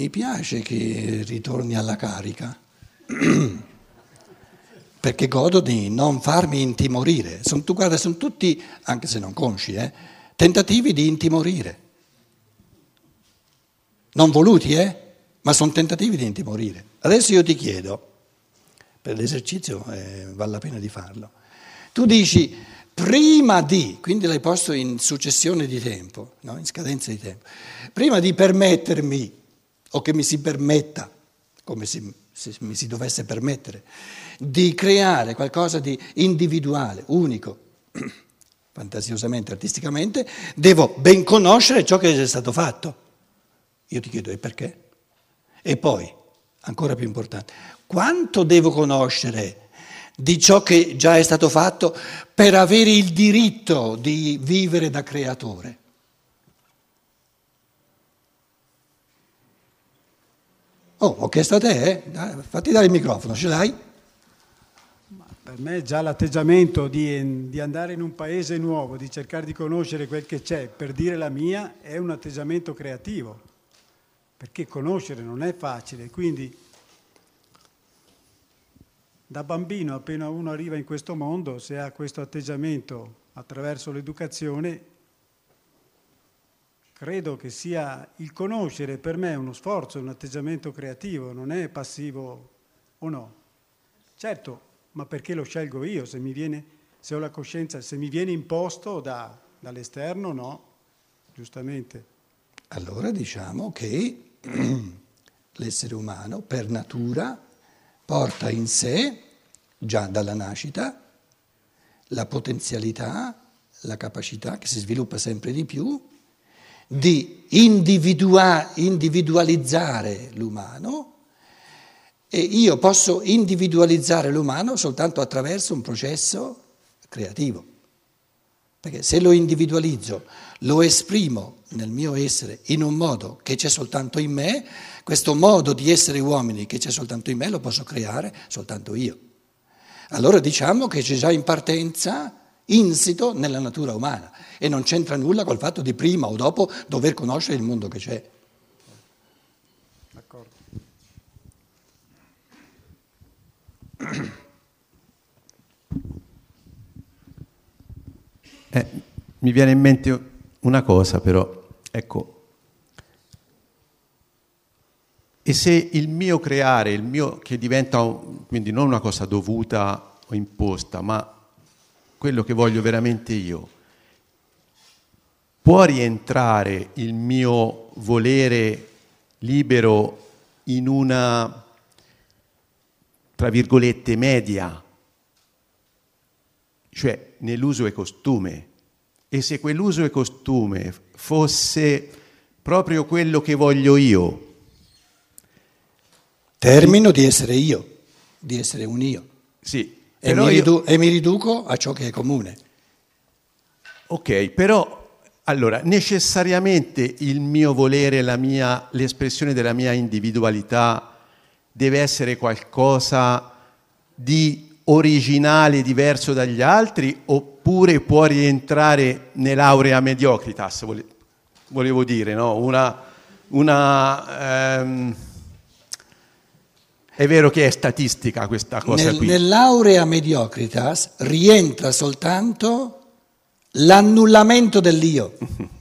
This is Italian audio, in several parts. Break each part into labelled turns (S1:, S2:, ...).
S1: mi piace che ritorni alla carica, perché godo di non farmi intimorire. Guarda, sono tutti, anche se non consci, tentativi di intimorire. Non voluti, ma sono tentativi di intimorire. Adesso io ti chiedo, per l'esercizio vale la pena di farlo, tu dici prima di, quindi l'hai posto in successione di tempo, no? In scadenza di tempo, prima di permettermi, o che mi si permetta, come se mi si dovesse permettere, di creare qualcosa di individuale, unico, fantasiosamente, artisticamente, devo ben conoscere ciò che è stato fatto. Io ti chiedo, e perché? E poi, ancora più importante, quanto devo conoscere di ciò che già è stato fatto per avere il diritto di vivere da creatore? Oh, ho chiesto a te, fatti dare il microfono, ce l'hai?
S2: Per me già l'atteggiamento di andare in un paese nuovo, di cercare di conoscere quel che c'è per dire la mia, è un atteggiamento creativo, perché conoscere non è facile, quindi da bambino, appena uno arriva in questo mondo, se ha questo atteggiamento attraverso l'educazione, credo che sia il conoscere per me è uno sforzo, è un atteggiamento creativo, non è passivo o no. Certo, ma perché lo scelgo io? Se ho la coscienza, se mi viene imposto dall'esterno, no, giustamente.
S1: Allora diciamo che l'essere umano per natura porta in sé, già dalla nascita, la potenzialità, la capacità che si sviluppa sempre di più di individualizzare l'umano, e io posso individualizzare l'umano soltanto attraverso un processo creativo. Perché se lo individualizzo, lo esprimo nel mio essere in un modo che c'è soltanto in me, questo modo di essere uomini che c'è soltanto in me lo posso creare soltanto io. Allora diciamo che c'è già in partenza insito nella natura umana e non c'entra nulla col fatto di prima o dopo dover conoscere il mondo che c'è.
S2: D'accordo.
S3: Mi viene in mente una cosa però, ecco, e se il mio creare, il mio che diventa quindi non una cosa dovuta o imposta, ma quello che voglio veramente io, può rientrare il mio volere libero in una, tra virgolette, media, cioè nell'uso e costume. E se quell'uso e costume fosse proprio quello che voglio io,
S1: termino di essere io, di essere un io.
S3: Sì,
S1: E mi riduco a ciò che è comune.
S3: Ok, però allora necessariamente il mio volere, l'espressione della mia individualità deve essere qualcosa di originale, diverso dagli altri, oppure può rientrare nell'aurea mediocritas, volevo dire, no? È vero che è statistica questa cosa qui.
S1: Nell'aurea mediocritas rientra soltanto l'annullamento dell'io.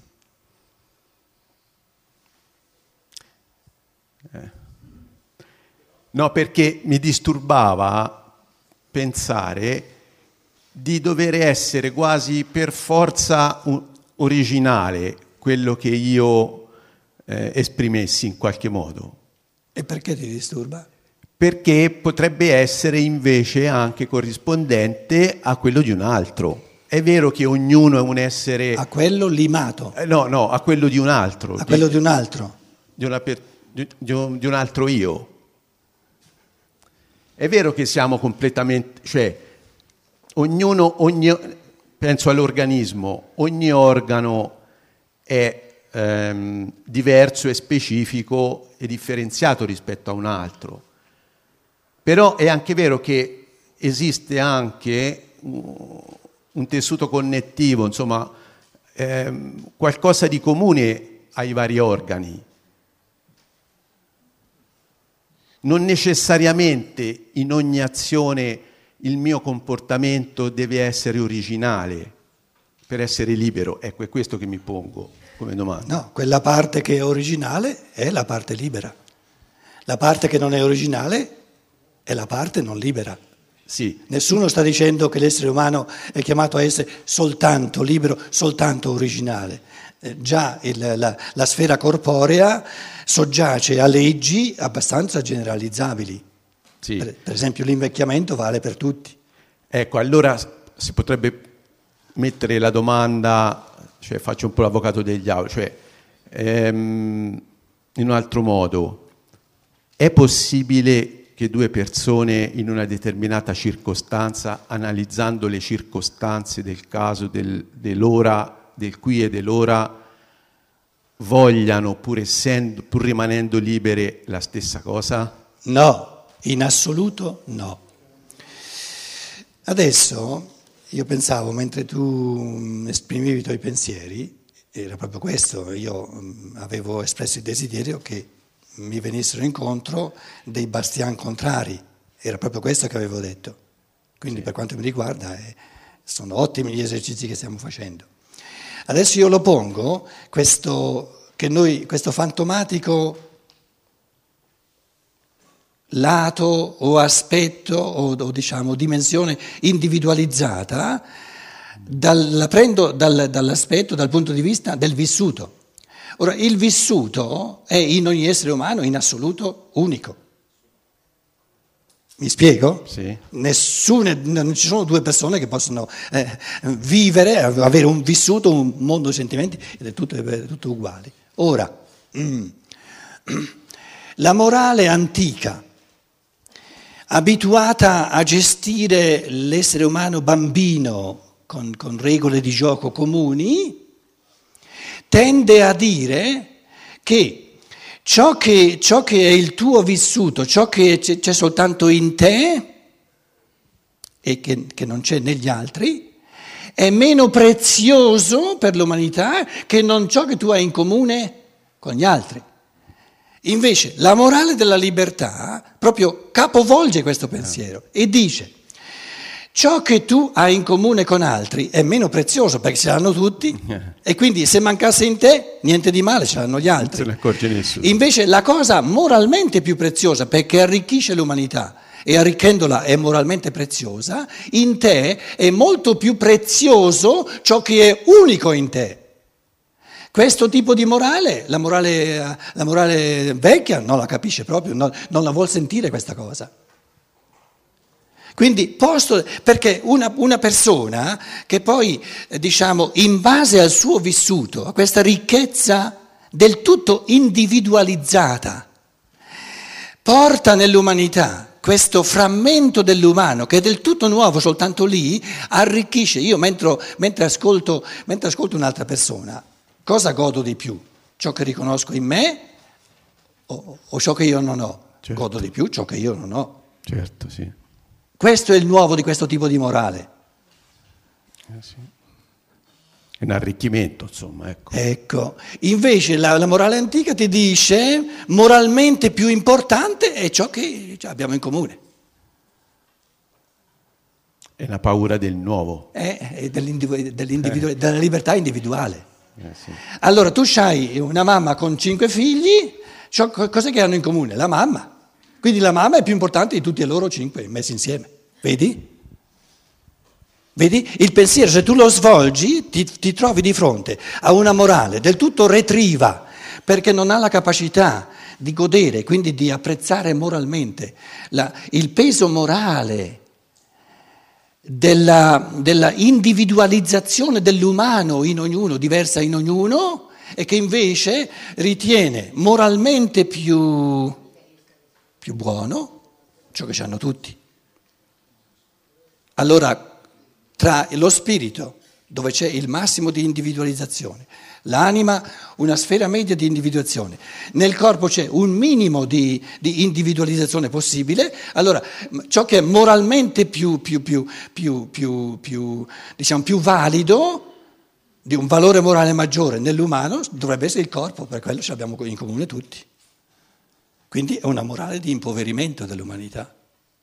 S3: No, perché mi disturbava pensare di dover essere quasi per forza originale quello che io esprimessi in qualche modo.
S1: E perché ti disturba?
S3: Perché potrebbe essere invece anche corrispondente a quello di un altro. È vero che ognuno è un essere...
S1: A quello limato.
S3: No, a quello di un altro.
S1: A quello di un altro.
S3: Di un altro io. È vero che siamo completamente... cioè, penso all'organismo, ogni organo è diverso e specifico e differenziato rispetto a un altro. Però è anche vero che esiste anche un tessuto connettivo, insomma, qualcosa di comune ai vari organi. Non necessariamente in ogni azione il mio comportamento deve essere originale per essere libero. Ecco, è questo che mi pongo come domanda.
S1: No, quella parte che è originale è la parte libera. La parte che non è originale è la parte non libera.
S3: Sì,
S1: Nessuno sta dicendo che l'essere umano è chiamato a essere soltanto libero, soltanto originale. Già la sfera corporea soggiace a leggi abbastanza generalizzabili.
S3: sì.
S1: Per esempio l'invecchiamento vale per tutti.
S3: Ecco, allora si potrebbe mettere la domanda, cioè faccio un po' l'avvocato degli diavoli, cioè in un altro modo, è possibile che due persone in una determinata circostanza, analizzando le circostanze del caso, dell'ora, del qui e dell'ora, vogliano, pur rimanendo libere, la stessa cosa?
S1: No, in assoluto no. Adesso io pensavo, mentre tu esprimevi i tuoi pensieri, era proprio questo, io avevo espresso il desiderio che mi venissero incontro dei bastian contrari, era proprio questo che avevo detto. Quindi
S3: Sì.
S1: per quanto mi riguarda sono ottimi gli esercizi che stiamo facendo. Adesso io lo pongo, questo fantomatico lato o aspetto o diciamo dimensione individualizzata, la prendo dall'aspetto, dal punto di vista del vissuto. Ora, il vissuto è in ogni essere umano in assoluto unico. Mi spiego?
S3: Sì.
S1: Non ci sono due persone che possono vivere, avere un vissuto, un mondo di sentimenti ed è tutto uguali. Ora, la morale antica, abituata a gestire l'essere umano bambino con regole di gioco comuni, tende a dire che ciò che è il tuo vissuto, ciò che c'è soltanto in te e che non c'è negli altri, è meno prezioso per l'umanità che non ciò che tu hai in comune con gli altri. Invece la morale della libertà proprio capovolge questo pensiero e dice: ciò che tu hai in comune con altri è meno prezioso perché ce l'hanno tutti e quindi se mancasse in te niente di male, ce l'hanno gli altri.
S3: Non se ne accorge nessuno.
S1: Invece la cosa moralmente più preziosa, perché arricchisce l'umanità e arricchendola è moralmente preziosa, in te è molto più prezioso ciò che è unico in te. Questo tipo di morale, la morale vecchia non la capisce proprio, non la vuol sentire questa cosa. Quindi perché una persona che poi, diciamo, in base al suo vissuto, a questa ricchezza del tutto individualizzata, porta nell'umanità questo frammento dell'umano che è del tutto nuovo, soltanto lì, arricchisce. Io mentre ascolto un'altra persona, cosa godo di più? Ciò che riconosco in me o ciò che io non ho?
S3: Certo.
S1: Godo di più ciò che io non ho.
S3: Certo, sì.
S1: Questo è il nuovo di questo tipo di morale.
S3: Sì. È un arricchimento, insomma, ecco.
S1: Ecco, invece la morale antica ti dice moralmente più importante è ciò che abbiamo in comune.
S3: È la paura del nuovo.
S1: È della libertà individuale.
S3: Sì.
S1: Allora tu hai una mamma con 5 figli, cos'è che hanno in comune? La mamma. Quindi la mamma è più importante di tutti e loro 5 messi insieme. Vedi? Vedi? Il pensiero, se tu lo svolgi, ti trovi di fronte a una morale del tutto retriva, perché non ha la capacità di godere, quindi di apprezzare moralmente il peso morale della individualizzazione dell'umano in ognuno, diversa in ognuno, e che invece ritiene moralmente più buono ciò che hanno tutti. Allora, tra lo spirito, dove c'è il massimo di individualizzazione, l'anima, una sfera media di individuazione, nel corpo c'è un minimo di individualizzazione possibile, allora ciò che è moralmente più valido, di un valore morale maggiore nell'umano, dovrebbe essere il corpo, per quello ce l'abbiamo in comune tutti. Quindi è una morale di impoverimento dell'umanità.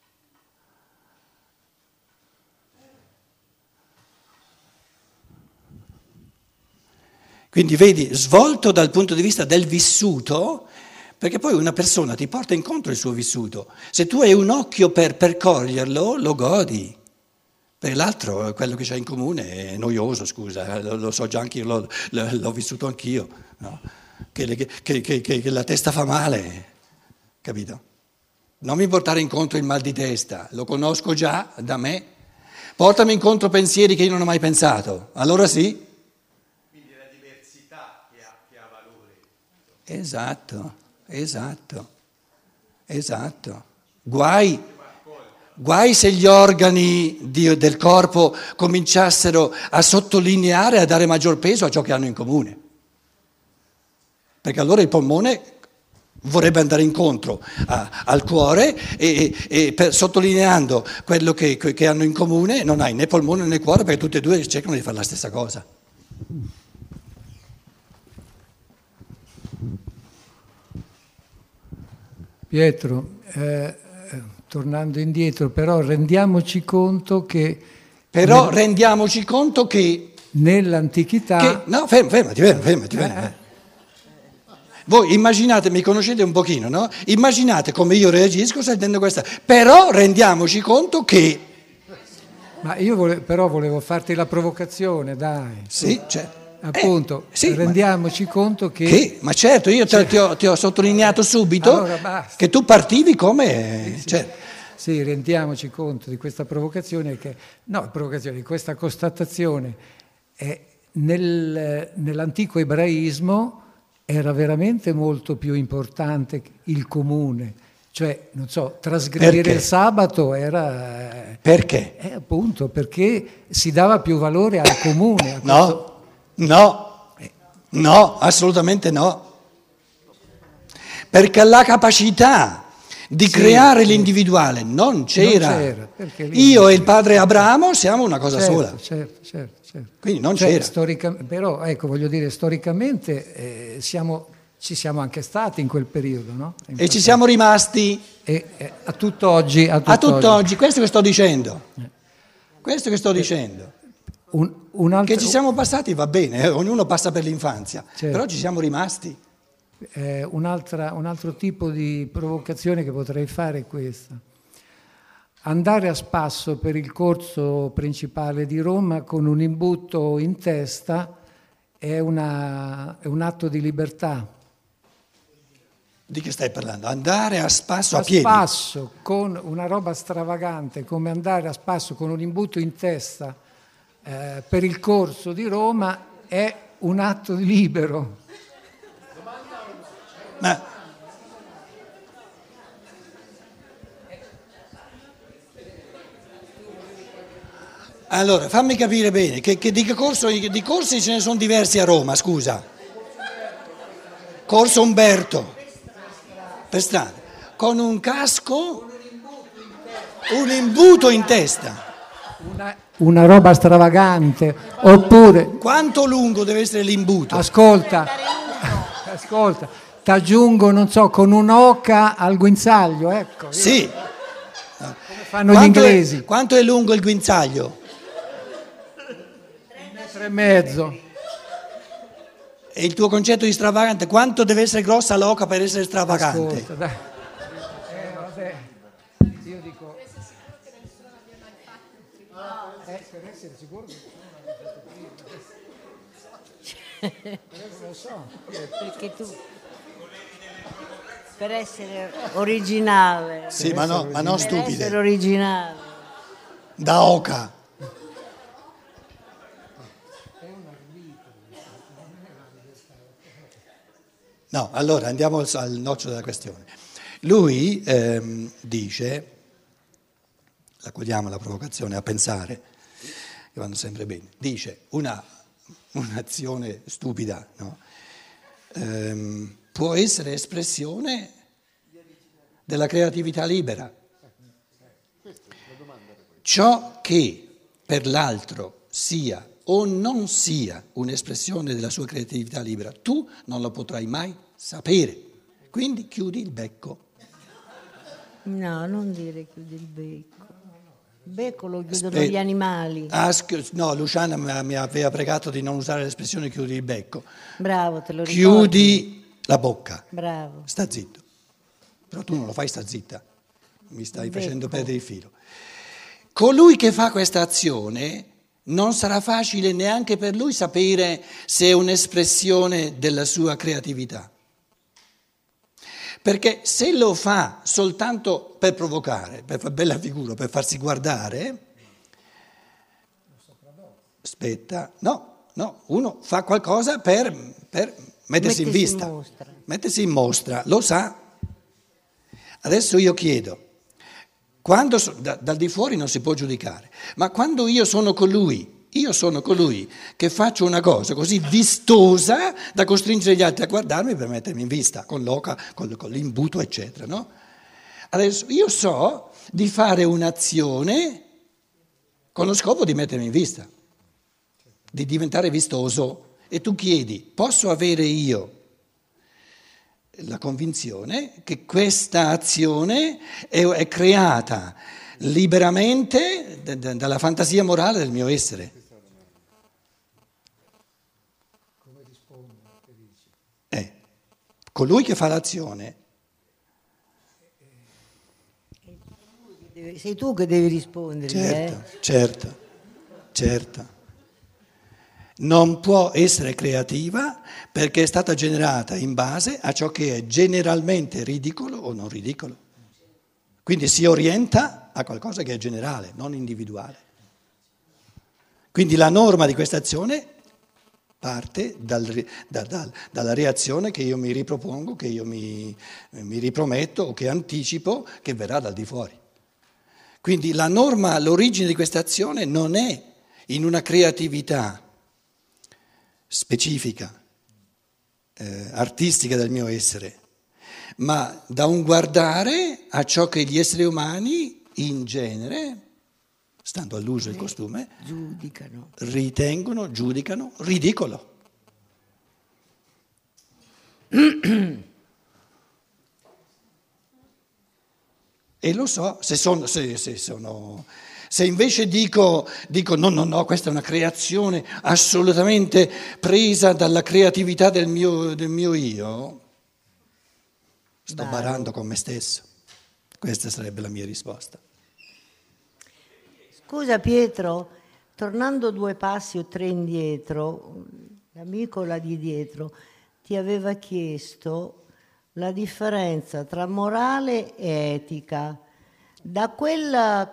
S1: Quindi vedi, svolto dal punto di vista del vissuto, perché poi una persona ti porta incontro il suo vissuto. Se tu hai un occhio per coglierlo, lo godi. Per l'altro, quello che c'è in comune è noioso, scusa, lo so già anch'io, l'ho vissuto anch'io, no? Che la testa fa male, capito? Non mi portare incontro il mal di testa, lo conosco già da me. Portami incontro pensieri che io non ho mai pensato, allora sì. Esatto. Guai se gli organi del corpo cominciassero a sottolineare, a dare maggior peso a ciò che hanno in comune. Perché allora il polmone vorrebbe andare incontro al cuore e sottolineando quello che hanno in comune non hai né polmone né cuore perché tutti e due cercano di fare la stessa cosa.
S4: Pietro, tornando indietro, però rendiamoci conto che... Nell'antichità...
S1: No, fermati. Voi immaginate, mi conoscete un pochino, no? Immaginate come io reagisco sentendo questa... Però rendiamoci conto che...
S4: Ma io però volevo farti la provocazione, dai.
S1: Sì, certo.
S4: Appunto,
S1: sì,
S4: rendiamoci conto che...
S1: Ma certo, io ti ho sottolineato subito
S4: allora,
S1: che tu partivi come...
S4: Sì.
S1: Cioè.
S4: Sì, rendiamoci conto di questa provocazione, di questa constatazione. Nell'antico ebraismo era veramente molto più importante il comune. Cioè, non so, trasgredire
S1: Perché?
S4: il sabato era...
S1: Perché?
S4: Appunto, perché si dava più valore al comune.
S1: No, assolutamente no. Perché la capacità di creare l'individuale non c'era. Io e il padre Abramo siamo una cosa sola.
S4: Certo.
S1: Quindi non c'era.
S4: Però, ecco, voglio dire, storicamente ci siamo anche stati in quel periodo, no?
S1: E ci siamo rimasti.
S4: A tutt'oggi.
S1: A tutt'oggi, questo che sto dicendo. Che ci siamo passati va bene, ognuno passa per l'infanzia,
S4: certo.
S1: Però ci siamo rimasti.
S4: Un altro tipo di provocazione che potrei fare è questa. Andare a spasso per il corso principale di Roma con un imbuto in testa è un atto di libertà.
S1: Di che stai parlando? Andare a spasso a piedi?
S4: A spasso con una roba stravagante, come andare a spasso con un imbuto in testa per il corso di Roma è un atto di libero.
S1: Ma allora, fammi capire bene, di corsi ce ne sono diversi a Roma, scusa. Corso Umberto, per strada, con un casco, un imbuto in testa.
S4: Una roba stravagante, oppure...
S1: Quanto lungo deve essere l'imbuto?
S4: Ascolta, t'aggiungo, non so, con un'oca al guinzaglio, ecco.
S1: Sì.
S4: Come fanno gli inglesi.
S1: Quanto è lungo il guinzaglio?
S4: 1,5 metri.
S1: E il tuo concetto di stravagante, quanto deve essere grossa l'oca per essere stravagante?
S4: Ascolta, dai. Vabbè. Io dico... per essere sicuro che non lo so.
S5: Perché tu... Per essere originale.
S1: Sì, ma non
S5: Per
S1: stupide.
S5: essere originale.
S1: Da oca. No, allora andiamo al nocciolo della questione. Lui dice, la cogliamo la provocazione a pensare, che vanno sempre bene, dice un'azione stupida, no? Può essere espressione della creatività libera. Ciò che per l'altro sia o non sia un'espressione della sua creatività libera, tu non lo potrai mai sapere. Quindi chiudi il becco.
S5: No, non dire chiudi il becco. Il becco lo chiudono
S1: Aspetta.
S5: gli animali.
S1: No, Luciana mi aveva pregato di non usare l'espressione chiudi il becco.
S5: Bravo, te lo ricordi?
S1: Chiudi la bocca.
S5: Bravo.
S1: Sta zitto. Però tu non lo fai, sta zitta. Mi stai facendo perdere il filo. Colui che fa questa azione non sarà facile neanche per lui sapere se è un'espressione della sua creatività. Perché se lo fa soltanto per provocare, per far bella figura, per farsi guardare, aspetta, no, uno fa qualcosa per mettersi in vista, mettersi in mostra, lo sa. Adesso io chiedo, quando dal di fuori non si può giudicare, ma quando io sono colui che faccio una cosa così vistosa da costringere gli altri a guardarmi per mettermi in vista, con l'oca, con l'imbuto, eccetera, no? Adesso io so di fare un'azione con lo scopo di mettermi in vista, di diventare vistoso, e tu chiedi, posso avere io la convinzione che questa azione è creata liberamente dalla fantasia morale del mio essere.
S4: Come risponde? Che dici?
S1: Colui che fa l'azione.
S5: Sei tu che devi rispondere.
S1: Certo. Non può essere creativa perché è stata generata in base a ciò che è generalmente ridicolo o non ridicolo. Quindi si orienta a qualcosa che è generale, non individuale. Quindi la norma di questa azione parte dalla reazione che io mi ripropongo, che io mi riprometto o che anticipo che verrà dal di fuori. Quindi la norma, l'origine di questa azione non è in una creatività specifica, artistica del mio essere, ma da un guardare a ciò che gli esseri umani in genere, stando all'uso del costume, giudicano ridicolo. E lo so, se invece dico no, questa è una creazione assolutamente presa dalla creatività del mio io, sto barando con me stesso. Questa sarebbe la mia risposta.
S5: Scusa Pietro, tornando 2 passi o 3 indietro, l'amico là di dietro ti aveva chiesto la differenza tra morale e etica. Da quella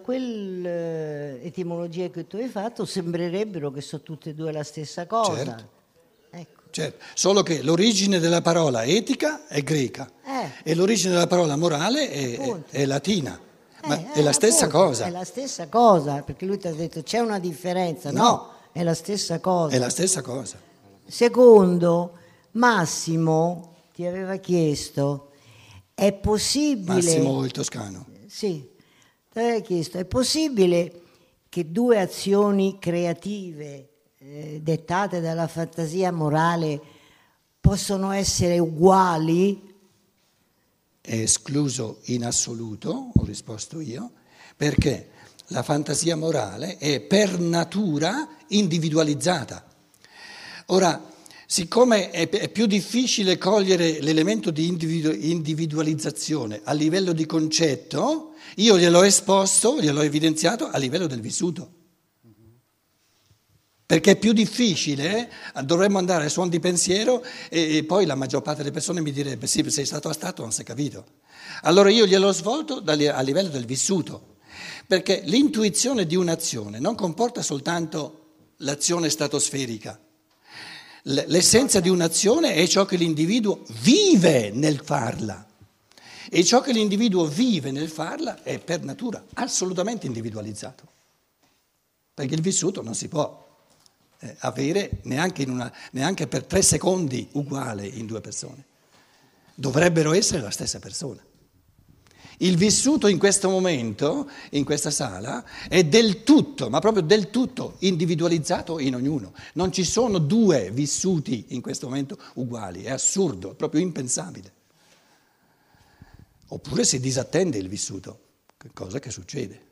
S5: etimologia che tu hai fatto sembrerebbero che sono tutte e 2 la stessa cosa.
S1: Certo.
S5: Ecco.
S1: Certo. Solo che l'origine della parola etica è greca e l'origine della parola morale è latina, ma è la stessa cosa.
S5: È la stessa cosa, perché lui ti ha detto c'è una differenza, no, è la stessa cosa.
S1: È la stessa cosa.
S5: Secondo, Massimo ti aveva chiesto, è possibile...
S1: Massimo il Toscano.
S5: Sì, ti aveva chiesto, è possibile che 2 azioni creative dettate dalla fantasia morale possono essere uguali?
S1: È escluso in assoluto, ho risposto io, perché la fantasia morale è per natura individualizzata. Ora, siccome è più difficile cogliere l'elemento di individualizzazione a livello di concetto, io gliel'ho esposto, gliel'ho evidenziato a livello del vissuto. Perché è più difficile, dovremmo andare a suon di pensiero e poi la maggior parte delle persone mi direbbe sì, sei stato astratto, non si è capito. Allora io gliel'ho svolto a livello del vissuto, perché l'intuizione di un'azione non comporta soltanto l'azione stratosferica. L'essenza di un'azione è ciò che l'individuo vive nel farla. E ciò che l'individuo vive nel farla è per natura assolutamente individualizzato. Perché il vissuto non si può avere neanche per 3 secondi uguale in 2 persone. Dovrebbero essere la stessa persona. Il vissuto in questo momento, in questa sala, è del tutto, ma proprio del tutto individualizzato in ognuno. Non ci sono 2 vissuti in questo momento uguali, è assurdo, è proprio impensabile. oppure si disattende il vissuto, cosa che succede.